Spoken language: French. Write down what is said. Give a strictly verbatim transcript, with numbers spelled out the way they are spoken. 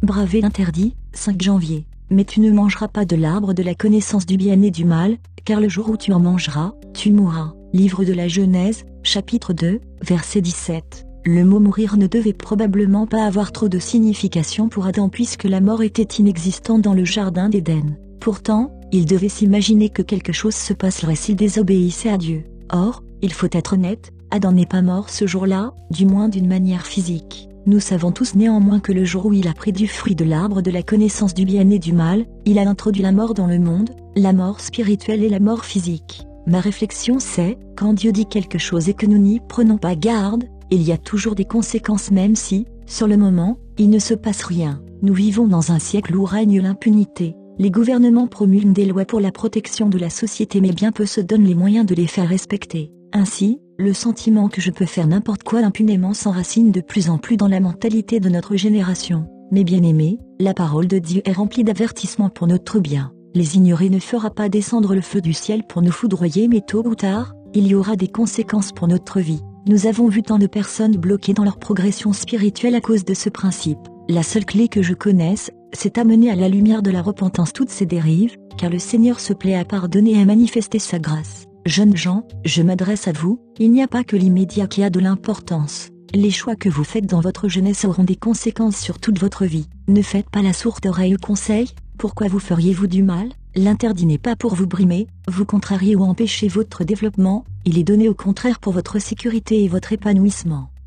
Braver l'interdit, cinq janvier. Mais tu ne mangeras pas de l'arbre de la connaissance du bien et du mal, car le jour où tu en mangeras, tu mourras. Livre de la Genèse, chapitre deux, verset dix-sept. Le mot mourir ne devait probablement pas avoir trop de signification pour Adam puisque la mort était inexistante dans le jardin d'Éden. Pourtant, il devait s'imaginer que quelque chose se passerait s'il désobéissait à Dieu. Or, il faut être honnête, Adam n'est pas mort ce jour-là, du moins d'une manière physique. Nous savons tous néanmoins que le jour où il a pris du fruit de l'arbre de la connaissance du bien et du mal, il a introduit la mort dans le monde, la mort spirituelle et la mort physique. Ma réflexion c'est, quand Dieu dit quelque chose et que nous n'y prenons pas garde, il y a toujours des conséquences même si, sur le moment, il ne se passe rien. Nous vivons dans un siècle où règne l'impunité. Les gouvernements promulguent des lois pour la protection de la société mais bien peu se donnent les moyens de les faire respecter. Ainsi, le sentiment que je peux faire n'importe quoi impunément s'enracine de plus en plus dans la mentalité de notre génération. Mais bien aimés, la parole de Dieu est remplie d'avertissements pour notre bien. Les ignorer ne fera pas descendre le feu du ciel pour nous foudroyer mais tôt ou tard, il y aura des conséquences pour notre vie. Nous avons vu tant de personnes bloquées dans leur progression spirituelle à cause de ce principe. La seule clé que je connaisse, c'est amener à la lumière de la repentance toutes ces dérives, car le Seigneur se plaît à pardonner et à manifester sa grâce. Jeunes gens, je m'adresse à vous, il n'y a pas que l'immédiat qui a de l'importance. Les choix que vous faites dans votre jeunesse auront des conséquences sur toute votre vie. Ne faites pas la sourde oreille au conseil, pourquoi vous feriez-vous du mal? L'interdit n'est pas pour vous brimer, vous contrarier ou empêcher votre développement, il est donné au contraire pour votre sécurité et votre épanouissement.